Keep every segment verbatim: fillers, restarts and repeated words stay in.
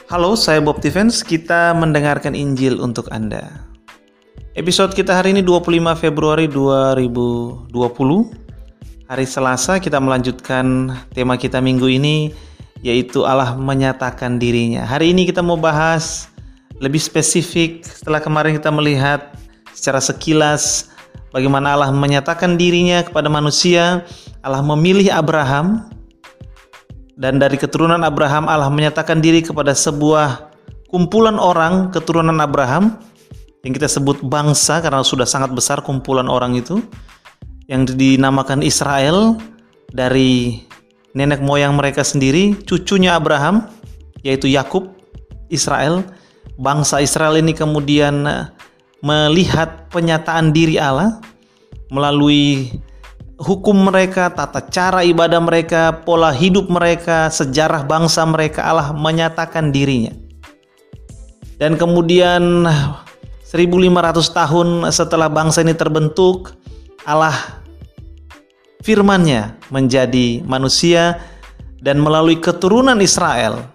Halo, saya Bob Tivens. Kita mendengarkan Injil untuk Anda. Episode kita hari ini dua puluh lima Februari dua ribu dua puluh. Hari Selasa kita melanjutkan tema kita minggu ini, yaitu Allah menyatakan dirinya. Hari ini kita mau bahas lebih spesifik setelah kemarin kita melihat secara sekilas bagaimana Allah menyatakan dirinya kepada manusia. Allah memilih Abraham, dan dari keturunan Abraham Allah menyatakan diri kepada sebuah kumpulan orang keturunan Abraham yang kita sebut bangsa karena sudah sangat besar kumpulan orang itu, yang dinamakan Israel dari nenek moyang mereka sendiri, cucunya Abraham yaitu Yakub. Israel, bangsa Israel ini kemudian melihat penyataan diri Allah melalui hukum mereka, tata cara ibadah mereka, pola hidup mereka, sejarah bangsa mereka. Allah menyatakan dirinya. Dan kemudian seribu lima ratus tahun setelah bangsa ini terbentuk, Allah firman-Nya menjadi manusia, dan melalui keturunan Israel,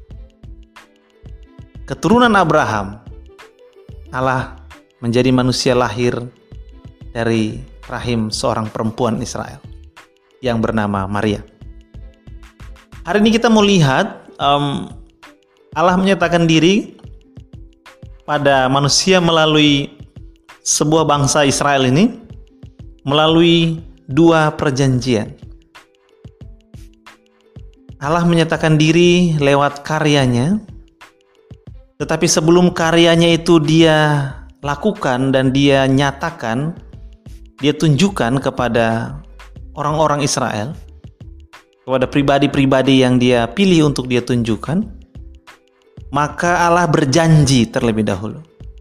keturunan Abraham, Allah menjadi manusia lahir dari rahim seorang perempuan Israel yang bernama Maria. Hari ini kita mau lihat um, Allah menyatakan diri pada manusia melalui sebuah bangsa Israel ini melalui dua perjanjian. Allah menyatakan diri lewat karyanya, tetapi sebelum karyanya itu dia lakukan dan dia nyatakan, dia tunjukkan kepada orang-orang Israel, kepada pribadi-pribadi yang dia pilih untuk dia tunjukkan, maka Allah berjanji terlebih dahulu.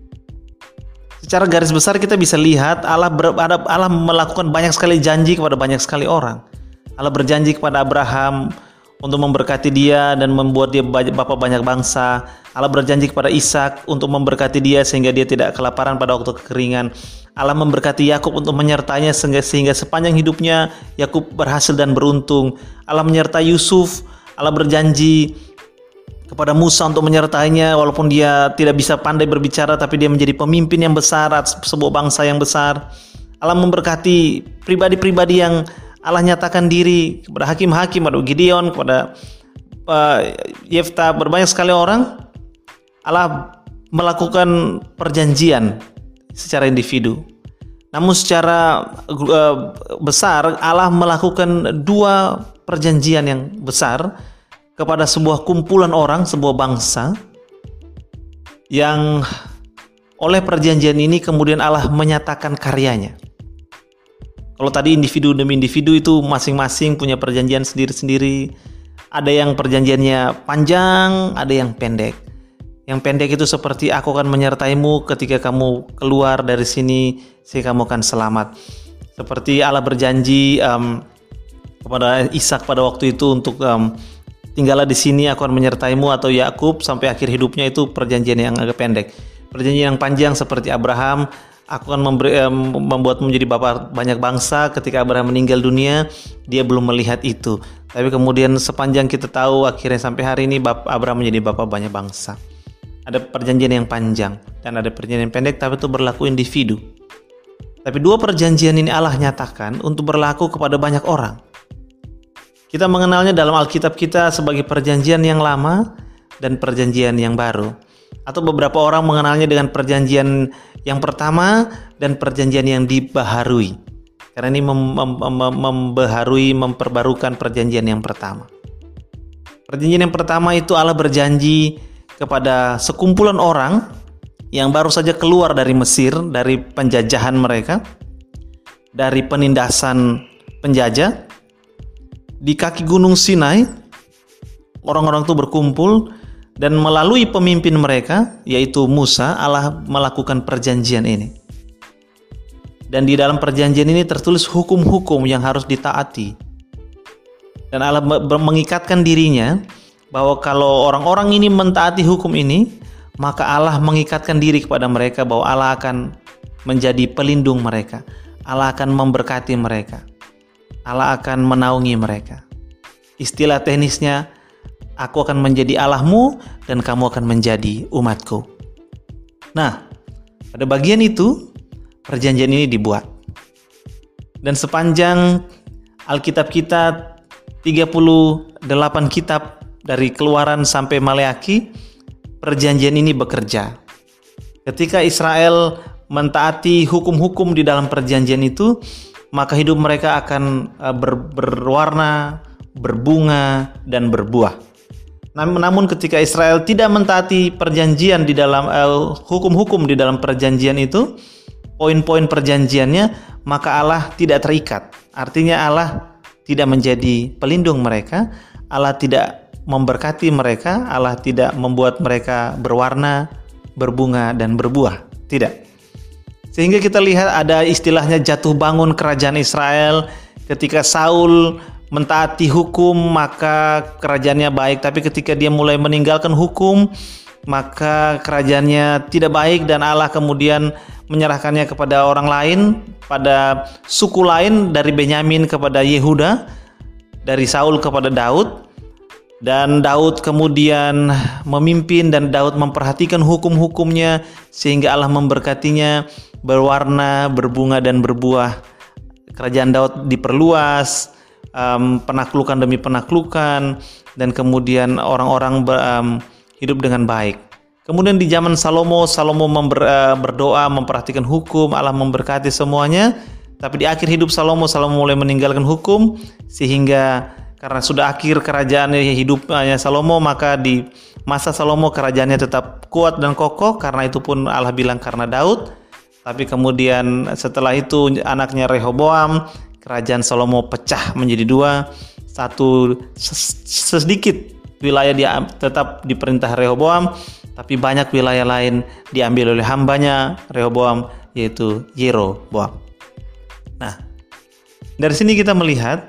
Secara garis besar kita bisa lihat Allah, ber, Allah melakukan banyak sekali janji kepada banyak sekali orang. Allah berjanji kepada Abraham untuk memberkati dia dan membuat dia bapa banyak bangsa. Allah berjanji kepada Ishak untuk memberkati dia sehingga dia tidak kelaparan pada waktu kekeringan. Allah memberkati Yakub untuk menyertainya sehingga, sehingga sepanjang hidupnya Yakub berhasil dan beruntung. Allah menyertai Yusuf. Allah berjanji kepada Musa untuk menyertainya walaupun dia tidak bisa pandai berbicara, tapi dia menjadi pemimpin yang besar atas sebuah bangsa yang besar. Allah memberkati pribadi-pribadi yang Allah nyatakan diri kepada hakim-hakim, kepada Gideon, kepada uh, Yefta, berbanyak sekali orang. Allah melakukan perjanjian secara individu. Namun secara uh, besar Allah melakukan dua perjanjian yang besar kepada sebuah kumpulan orang, sebuah bangsa, yang oleh perjanjian ini kemudian Allah menyatakan karyanya. Kalau tadi individu demi individu itu masing-masing punya perjanjian sendiri-sendiri. Ada yang perjanjiannya panjang, ada yang pendek. Yang pendek itu seperti aku akan menyertaimu ketika kamu keluar dari sini, sehingga kamu akan selamat. Seperti Allah berjanji um, kepada Ishak pada waktu itu untuk um, tinggallah di sini, aku akan menyertaimu, atau Yakub sampai akhir hidupnya, itu perjanjian yang agak pendek. Perjanjian yang panjang seperti Abraham, aku akan memberi, um, membuatmu menjadi bapa banyak bangsa. Ketika Abraham meninggal dunia, dia belum melihat itu. Tapi kemudian sepanjang kita tahu akhirnya sampai hari ini Abraham menjadi bapa banyak bangsa. Ada perjanjian yang panjang dan ada perjanjian yang pendek, tapi itu berlaku individu. Tapi dua perjanjian ini Allah nyatakan untuk berlaku kepada banyak orang. Kita mengenalnya dalam Alkitab kita sebagai perjanjian yang lama dan perjanjian yang baru. Atau beberapa orang mengenalnya dengan perjanjian yang pertama dan perjanjian yang dibaharui. Karena ini mem- mem- mem- membaharui, memperbarukan perjanjian yang pertama. Perjanjian yang pertama itu Allah berjanji kepada sekumpulan orang yang baru saja keluar dari Mesir, dari penjajahan mereka, dari penindasan penjajah. Di kaki gunung Sinai, orang-orang itu berkumpul, dan melalui pemimpin mereka, yaitu Musa, Allah melakukan perjanjian ini. Dan di dalam perjanjian ini tertulis hukum-hukum yang harus ditaati. Dan Allah mengikatkan dirinya bahwa kalau orang-orang ini mentaati hukum ini, maka Allah mengikatkan diri kepada mereka bahwa Allah akan menjadi pelindung mereka. Allah akan memberkati mereka. Allah akan menaungi mereka. Istilah teknisnya, Aku akan menjadi Allahmu dan kamu akan menjadi umatku. Nah, pada bagian itu perjanjian ini dibuat. Dan sepanjang Alkitab kita tiga puluh delapan kitab dari Keluaran sampai Maleaki, perjanjian ini bekerja. Ketika Israel mentaati hukum-hukum di dalam perjanjian itu, maka hidup mereka akan ber, berwarna, berbunga, dan berbuah. Namun ketika Israel tidak mentaati perjanjian di dalam uh, hukum-hukum di dalam perjanjian itu, poin-poin perjanjiannya, maka Allah tidak terikat. Artinya Allah tidak menjadi pelindung mereka, Allah tidak memberkati mereka, Allah tidak membuat mereka berwarna, berbunga, dan berbuah. Tidak. Sehingga kita lihat ada istilahnya jatuh bangun kerajaan Israel. Ketika Saul mentaati hukum, maka kerajaannya baik. Tapi ketika dia mulai meninggalkan hukum, maka kerajaannya tidak baik, dan Allah kemudian menyerahkannya kepada orang lain, pada suku lain, dari Benyamin kepada Yehuda, dari Saul kepada Daud. Dan Daud kemudian memimpin, dan Daud memperhatikan hukum-hukumnya sehingga Allah memberkatinya, berwarna, berbunga, dan berbuah. Kerajaan Daud diperluas, um, penaklukan demi penaklukan, dan kemudian orang-orang ber, um, hidup dengan baik. Kemudian di zaman Salomo, Salomo member, uh, berdoa, memperhatikan hukum, Allah memberkati semuanya. Tapi di akhir hidup Salomo, Salomo mulai meninggalkan hukum, sehingga karena sudah akhir kerajaan hidupnya Salomo, maka di masa Salomo kerajaannya tetap kuat dan kokoh, karena itu pun Allah bilang karena Daud. Tapi kemudian setelah itu anaknya Rehoboam, kerajaan Salomo pecah menjadi dua. Satu sedikit wilayah dia tetap diperintah Rehoboam, tapi banyak wilayah lain diambil oleh hambanya Rehoboam, yaitu Yeroboam. Nah, dari sini kita melihat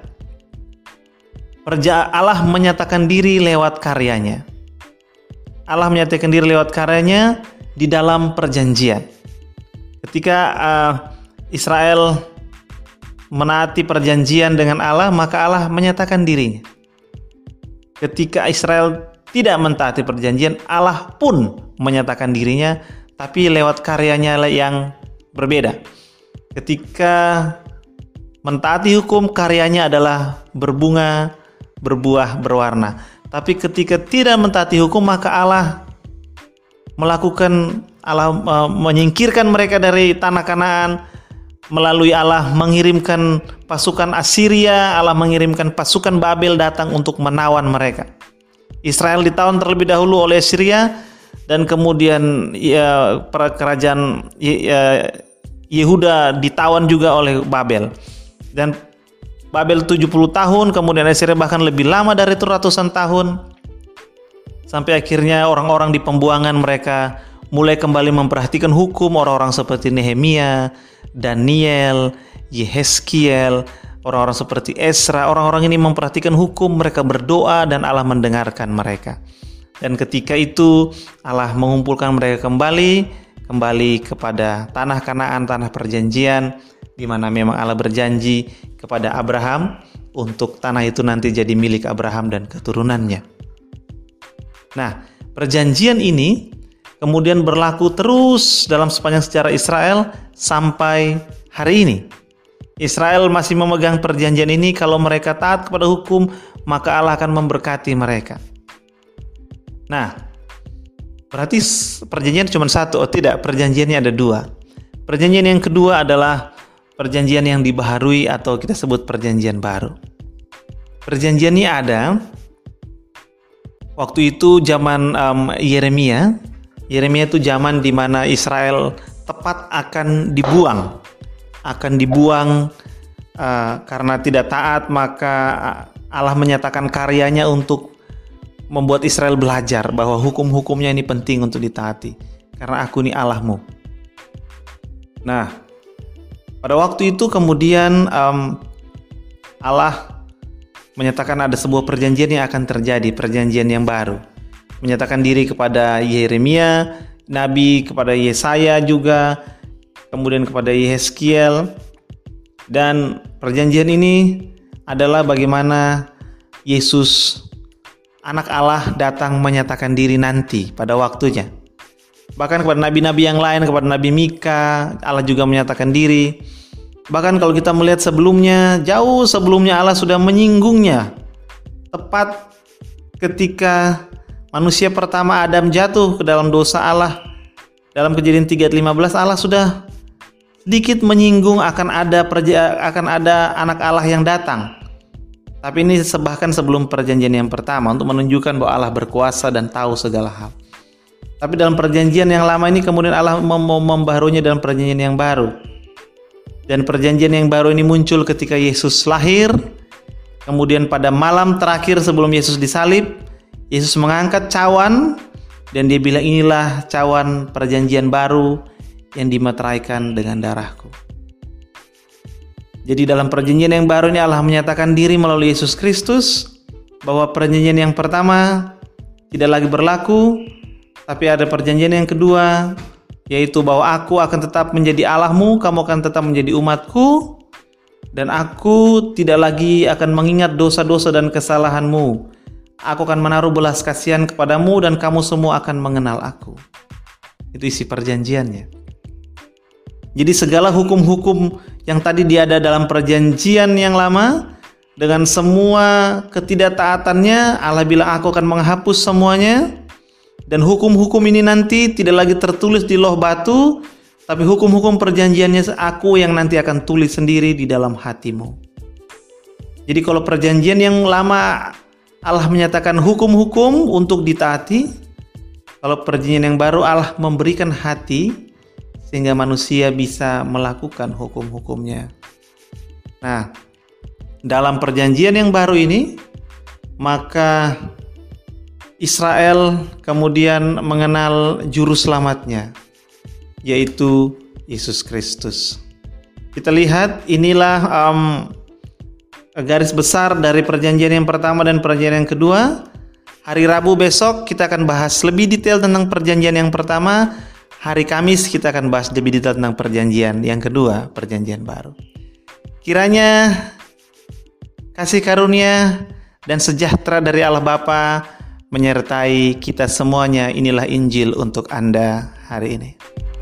Allah menyatakan diri lewat karyanya. Allah menyatakan diri lewat karyanya di dalam perjanjian. Ketika uh, Israel menaati perjanjian dengan Allah, maka Allah menyatakan dirinya. Ketika Israel tidak mentaati perjanjian, Allah pun menyatakan dirinya, tapi lewat karyanya yang berbeda. Ketika mentaati hukum, karyanya adalah berbunga, berbuah, berwarna. Tapi ketika tidak mentaati hukum, maka Allah melakukan Allah uh, menyingkirkan mereka dari tanah Kanaan. Melalui Allah mengirimkan pasukan Assyria, Allah mengirimkan pasukan Babel datang untuk menawan mereka. Israel ditawan terlebih dahulu oleh Assyria, dan kemudian ya, kerajaan ya, Yehuda ditawan juga oleh Babel. Dan Babel tujuh puluh tahun, kemudian Assyria bahkan lebih lama dari itu, ratusan tahun. Sampai akhirnya orang-orang di pembuangan mereka mulai kembali memperhatikan hukum, orang-orang seperti Nehemia, Daniel, Yehezkiel, orang-orang seperti Esra. Orang-orang ini memperhatikan hukum, mereka berdoa, dan Allah mendengarkan mereka. Dan ketika itu Allah mengumpulkan mereka kembali, kembali kepada tanah Kanaan, tanah perjanjian, di mana memang Allah berjanji kepada Abraham untuk tanah itu nanti jadi milik Abraham dan keturunannya. Nah, perjanjian ini kemudian berlaku terus dalam sepanjang sejarah Israel sampai hari ini. Israel masih memegang perjanjian ini. Kalau mereka taat kepada hukum, maka Allah akan memberkati mereka. Nah, berarti perjanjian cuma satu? Oh tidak, perjanjiannya ada dua. Perjanjian yang kedua adalah perjanjian yang dibaharui atau kita sebut perjanjian baru. Perjanjian ini ada waktu itu zaman um, Yeremia. Yeremia itu zaman di mana Israel tepat akan dibuang, akan dibuang uh, karena tidak taat, maka Allah menyatakan karyanya untuk membuat Israel belajar bahwa hukum-hukumnya ini penting untuk ditaati, karena aku ini Allahmu. Nah, pada waktu itu kemudian um, Allah menyatakan ada sebuah perjanjian yang akan terjadi, perjanjian yang baru. Menyatakan diri kepada Yeremia, Nabi, kepada Yesaya juga, kemudian kepada Yehezkiel. Dan perjanjian ini adalah bagaimana Yesus anak Allah datang menyatakan diri nanti pada waktunya. Bahkan kepada nabi-nabi yang lain, kepada Nabi Mika, Allah juga menyatakan diri. Bahkan kalau kita melihat sebelumnya, jauh sebelumnya Allah sudah menyinggungnya. Tepat ketika manusia pertama Adam jatuh ke dalam dosa Allah, dalam Kejadian tiga ayat lima belas, Allah sudah sedikit menyinggung akan ada perja- akan ada anak Allah yang datang. Tapi ini bahkan sebelum perjanjian yang pertama, untuk menunjukkan bahwa Allah berkuasa dan tahu segala hal. Tapi dalam perjanjian yang lama ini kemudian Allah mem- membaharunya dalam perjanjian yang baru. Dan perjanjian yang baru ini muncul ketika Yesus lahir. Kemudian pada malam terakhir sebelum Yesus disalib, Yesus mengangkat cawan dan dia bilang, inilah cawan perjanjian baru yang dimeteraikan dengan darahku. Jadi dalam perjanjian yang baru ini Allah menyatakan diri melalui Yesus Kristus, bahwa perjanjian yang pertama tidak lagi berlaku, tapi ada perjanjian yang kedua, yaitu bahwa aku akan tetap menjadi Allahmu, kamu akan tetap menjadi umatku, dan aku tidak lagi akan mengingat dosa-dosa dan kesalahanmu. Aku akan menaruh belas kasihan kepadamu dan kamu semua akan mengenal aku. Itu isi perjanjiannya. Jadi segala hukum-hukum yang tadi dia ada dalam perjanjian yang lama, dengan semua ketidaktaatannya, Allah bilang aku akan menghapus semuanya. Dan hukum-hukum ini nanti tidak lagi tertulis di loh batu, tapi hukum-hukum perjanjiannya aku yang nanti akan tulis sendiri di dalam hatimu. Jadi kalau perjanjian yang lama Allah menyatakan hukum-hukum untuk ditaati, kalau perjanjian yang baru Allah memberikan hati sehingga manusia bisa melakukan hukum-hukumnya. Nah, dalam perjanjian yang baru ini, maka Israel kemudian mengenal juru selamatnya, yaitu Yesus Kristus. Kita lihat inilah um, garis besar dari perjanjian yang pertama dan perjanjian yang kedua. Hari Rabu besok kita akan bahas lebih detail tentang perjanjian yang pertama. Hari Kamis kita akan bahas lebih detail tentang perjanjian yang kedua, perjanjian baru. Kiranya kasih karunia dan sejahtera dari Allah Bapa menyertai kita semuanya. Inilah Injil untuk Anda hari ini.